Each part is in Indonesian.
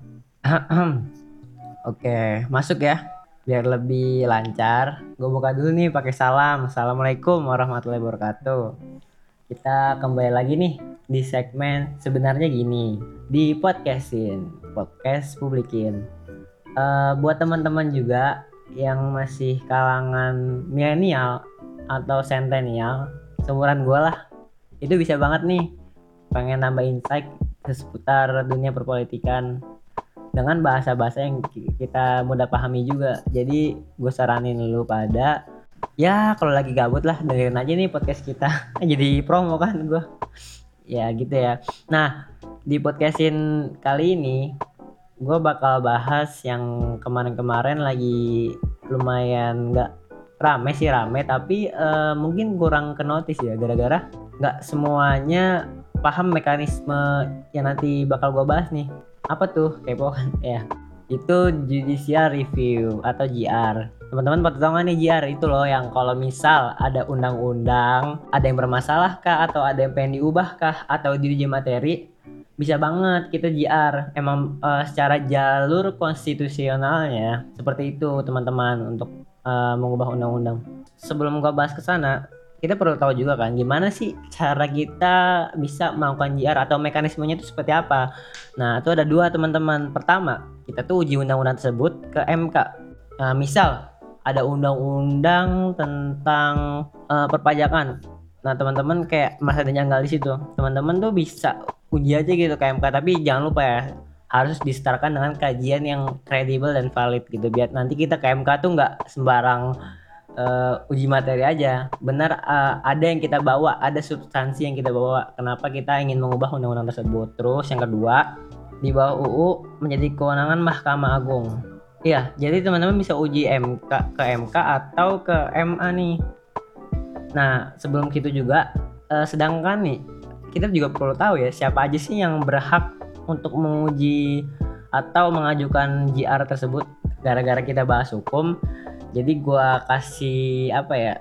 Oke, masuk ya. Biar lebih lancar, gue buka dulu nih pakai salam. Assalamualaikum warahmatullahi wabarakatuh. Kita kembali lagi nih di segmen sebenarnya gini, di podcast publikin. Buat teman-teman juga yang masih kalangan milenial atau centennial, seumuran gue lah, itu bisa banget nih pengen nambah insight seputar dunia perpolitikan dengan bahasa-bahasa yang kita mudah pahami juga. Jadi gue saranin lu pada ya kalau lagi gabut lah dengerin aja nih podcast kita. Jadi promo kan gue. Ya gitu ya. Nah, di podcastin kali ini gue bakal bahas yang kemarin-kemarin lagi lumayan nggak rame tapi mungkin kurang kenotis ya gara-gara nggak semuanya paham mekanisme yang nanti bakal gue bahas nih. Apa tuh kepo kan ya, itu judicial review atau JR. Teman-teman pada tahu nggak nih JR itu loh, yang kalau misal ada undang-undang ada yang bermasalah kah atau ada yang pengen diubah kah atau diuji materi, bisa banget kita JR. Emang secara jalur konstitusionalnya seperti itu teman-teman untuk mengubah undang-undang. Sebelum gua bahas ke sana, kita perlu tahu juga kan gimana sih cara kita bisa melakukan JR atau mekanismenya itu seperti apa. Nah, itu ada dua teman-teman. Pertama, kita tuh uji undang-undang tersebut ke MK. Misal ada undang-undang tentang perpajakan. Nah, teman-teman kayak masa ada janggal di situ. Teman-teman tuh bisa uji aja gitu ke MK, tapi jangan lupa ya harus disetarkan dengan kajian yang kredibel dan valid gitu, biar nanti kita ke MK tuh nggak sembarang uji materi aja. Benar, ada yang kita bawa, ada substansi yang kita bawa. Kenapa kita ingin mengubah undang-undang tersebut. Terus yang kedua, di bawah UU menjadi kewenangan Mahkamah Agung. Iya, jadi teman-teman bisa uji MK atau ke MA nih. Nah, sebelum itu juga, sedangkan nih kita juga perlu tahu ya siapa aja sih yang berhak untuk menguji atau mengajukan JR tersebut. Gara-gara kita bahas hukum, jadi gua kasih apa ya,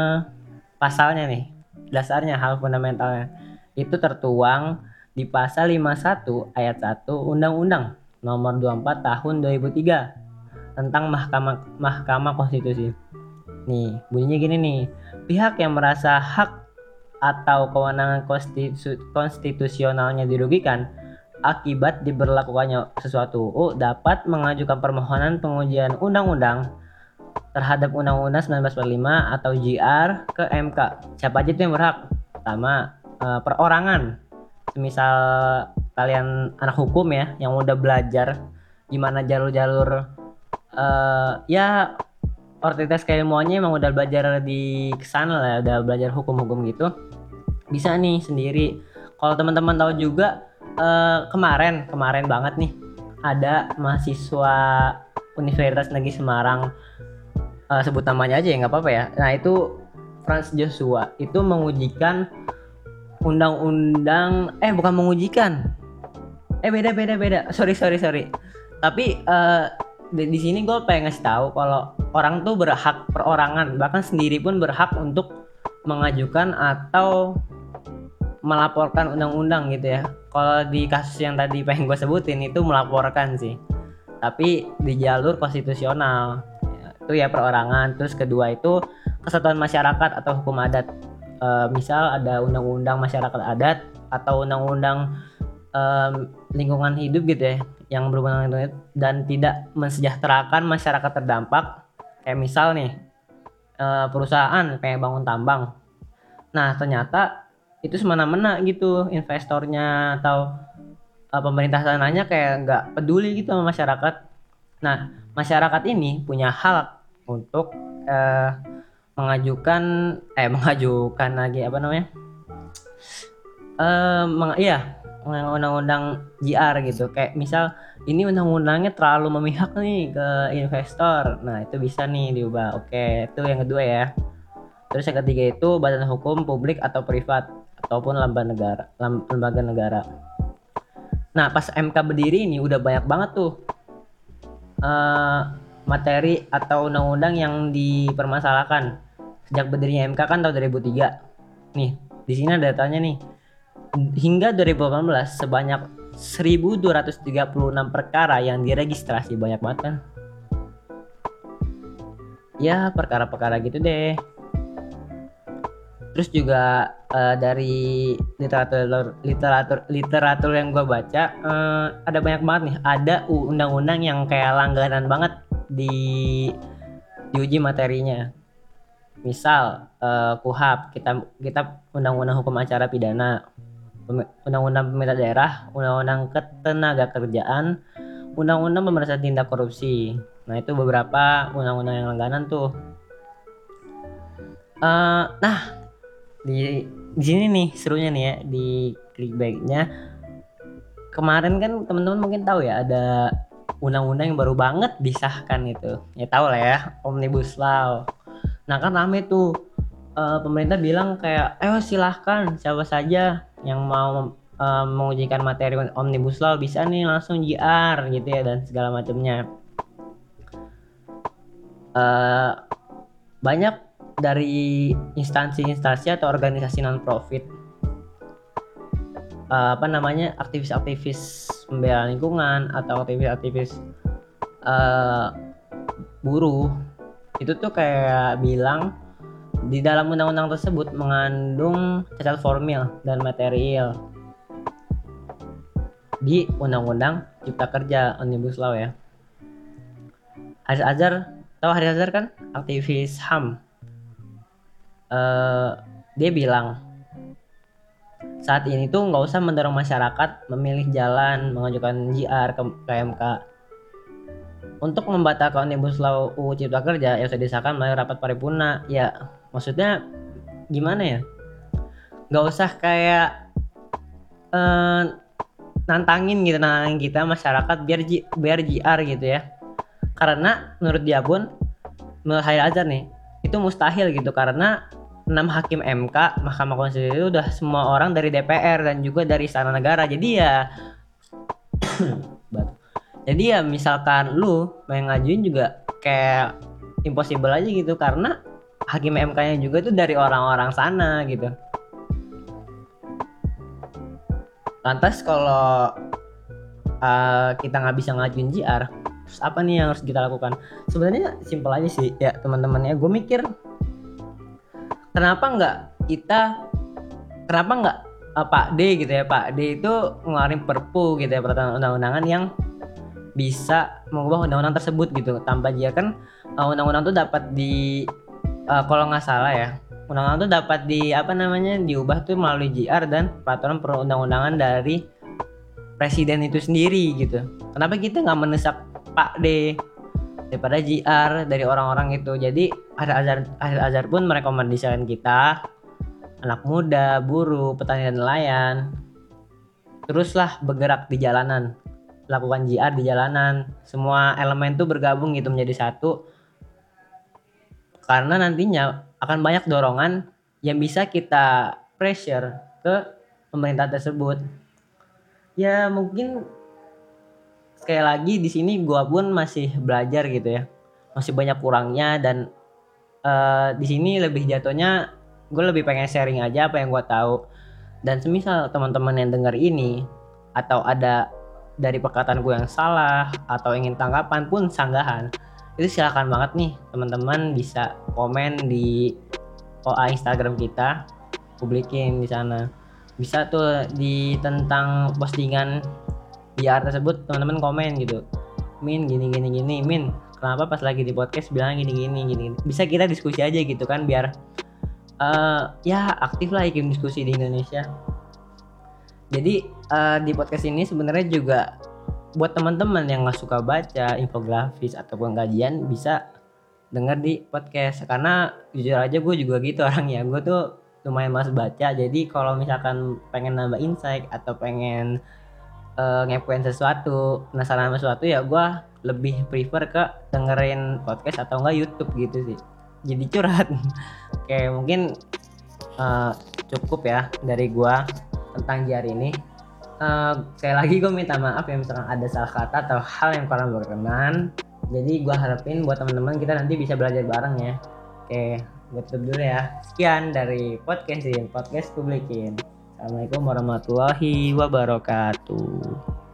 pasalnya nih, dasarnya hal fundamentalnya itu tertuang di pasal 51 ayat 1 Undang-Undang Nomor 24 Tahun 2003 tentang Mahkamah Konstitusi. Nih, bunyinya gini nih. Pihak yang merasa hak atau kewenangan konstitusionalnya dirugikan akibat diberlakukannya sesuatu UU dapat mengajukan permohonan pengujian undang-undang terhadap Undang-Undang 1945 atau JR ke MK. Siapa aja tuh yang berhak? Pertama, perorangan. Misal kalian anak hukum ya yang udah belajar gimana jalur-jalur ya otoritas keilmuannya, emang udah belajar di kesana lah, udah belajar hukum-hukum gitu, bisa nih sendiri. Kalau teman-teman tahu juga, kemarin banget nih ada mahasiswa Universitas Negeri Semarang, sebut namanya aja ya nggak apa-apa ya. Nah itu Franz Joshua itu mengujikan undang-undang, bukan mengujikan, beda, sorry. Tapi di sini gue pengen ngasih tahu kalau orang tuh berhak, perorangan bahkan sendiri pun berhak untuk mengajukan atau melaporkan undang-undang gitu ya. Kalau di kasus yang tadi pengen gue sebutin itu melaporkan sih, tapi di jalur konstitusional ya, itu ya perorangan. Terus kedua itu kesatuan masyarakat atau hukum adat. Misal ada undang-undang masyarakat adat atau undang-undang lingkungan hidup gitu ya, yang berhubungan dengan itu dan tidak mensejahterakan masyarakat terdampak. Kayak misal nih, perusahaan kayak bangun tambang. Nah ternyata itu semena-mena gitu investornya atau pemerintah sananya kayak nggak peduli gitu sama masyarakat. Nah masyarakat ini punya hak untuk mengajukan mengajukan lagi apa namanya, iya, undang-undang JR gitu. Kayak misal ini undang-undangnya terlalu memihak nih ke investor, nah itu bisa nih diubah. Oke, itu yang kedua ya. Terus yang ketiga itu badan hukum publik atau privat ataupun lembaga negara. Nah pas MK berdiri ini udah banyak banget tuh materi atau undang-undang yang dipermasalahkan sejak berdirinya MK kan tahun 2003. Nih di sini ada datanya nih, hingga 2018 sebanyak 1.236 perkara yang diregistrasi. Banyak banget kan. Ya perkara-perkara gitu deh. Terus juga dari literatur yang gue baca, ada banyak banget nih. Ada undang-undang yang kayak langganan banget diuji materinya. Misal KUHP, kita undang-undang hukum acara pidana, undang-undang pemerintah daerah, undang-undang ketenaga kerjaan, undang-undang pemberantasan tindak korupsi. Nah itu beberapa undang-undang yang langganan tuh. Nah di sini nih serunya nih ya, di clickbaitnya. Kemarin kan teman-teman mungkin tahu ya, ada undang-undang yang baru banget disahkan itu. Ya tahu lah ya, Omnibus Law. Nah kan rame tuh, pemerintah bilang kayak, ayo silahkan siapa saja yang mau mengujikan materi Omnibus Law bisa nih langsung JR gitu ya, dan segala macamnya. Banyak dari instansi-instansi atau organisasi non-profit, aktivis-aktivis pembela lingkungan atau aktivis-aktivis buruh itu tuh kayak bilang di dalam undang-undang tersebut mengandung cacat formil dan material di Undang-Undang Cipta Kerja Omnibus Law ya. Haris Azhar, tahu Haris Azhar kan, aktivis HAM. Dia bilang saat ini tuh nggak usah mendorong masyarakat memilih jalan mengajukan JR ke MK. Untuk membatalkan Omnibus Law UU Cipta Kerja yang sudah disahkan melalui rapat paripurna. Ya maksudnya gimana ya, nggak usah kayak nantangin kita masyarakat biar JR gitu ya, karena menurut dia pun, menurut Haris Azhar nih, itu mustahil gitu, karena 6 hakim MK Mahkamah Konstitusi itu udah semua orang dari DPR dan juga dari Istana Negara. Jadi ya misalkan lu pengen ngajuin juga kayak impossible aja gitu, karena hakim MK-nya juga itu dari orang-orang sana gitu. Lantas kalau kita nggak bisa ngajuin JR, terus apa nih yang harus kita lakukan? Sebenarnya simpel aja sih ya teman-teman ya. Gue mikir, kenapa nggak Pak D gitu ya, Pak D itu ngeluarin perpu gitu ya, peraturan undang-undangan yang bisa mengubah undang-undang tersebut gitu tanpa JR. Kan undang-undang itu dapat kalau nggak salah ya, undang-undang itu dapat diubah tuh melalui JR dan peraturan perundang-undangan dari presiden itu sendiri gitu. Kenapa kita nggak mendesak Pak D daripada JR dari orang-orang itu? Jadi Haris Azhar pun merekomendasikan kita, anak muda, buruh, petani dan nelayan, teruslah bergerak di jalanan, lakukan JR di jalanan. Semua elemen tuh bergabung gitu menjadi satu, karena nantinya akan banyak dorongan yang bisa kita pressure ke pemerintah tersebut. Ya mungkin sekali lagi di sini gue pun masih belajar gitu ya, masih banyak kurangnya, dan di sini lebih jatuhnya gue lebih pengen sharing aja apa yang gue tahu. Dan semisal teman-teman yang dengar ini atau ada dari perkataan gue yang salah atau ingin tanggapan pun sanggahan, itu silakan banget nih teman-teman bisa komen di OA Instagram kita, publikin di sana. Bisa tuh di tentang postingan JR tersebut teman-teman komen gitu, Min gini Min kenapa pas lagi di podcast bilang gini. Bisa kita diskusi aja gitu kan, biar ya aktif lah iklim diskusi di Indonesia. Jadi di podcast ini sebenarnya juga buat teman-teman yang nggak suka baca infografis ataupun kajian, bisa denger di podcast. Karena jujur aja gue juga gitu orangnya, gue tuh lumayan malas baca. Jadi kalau misalkan pengen nambah insight atau pengen ngepoin sesuatu, penasaran sama sesuatu, ya gue lebih prefer ke dengerin podcast atau enggak YouTube gitu sih. Jadi curhat. Oke, mungkin cukup ya dari gue tentang JR ini. Sekali lagi gue minta maaf ya misalkan ada salah kata atau hal yang kurang berkenan. Jadi gue harapin buat teman-teman kita nanti bisa belajar bareng ya. Oke, gue tutup dulu ya. Sekian dari podcast Publikin. Assalamualaikum warahmatullahi wabarakatuh.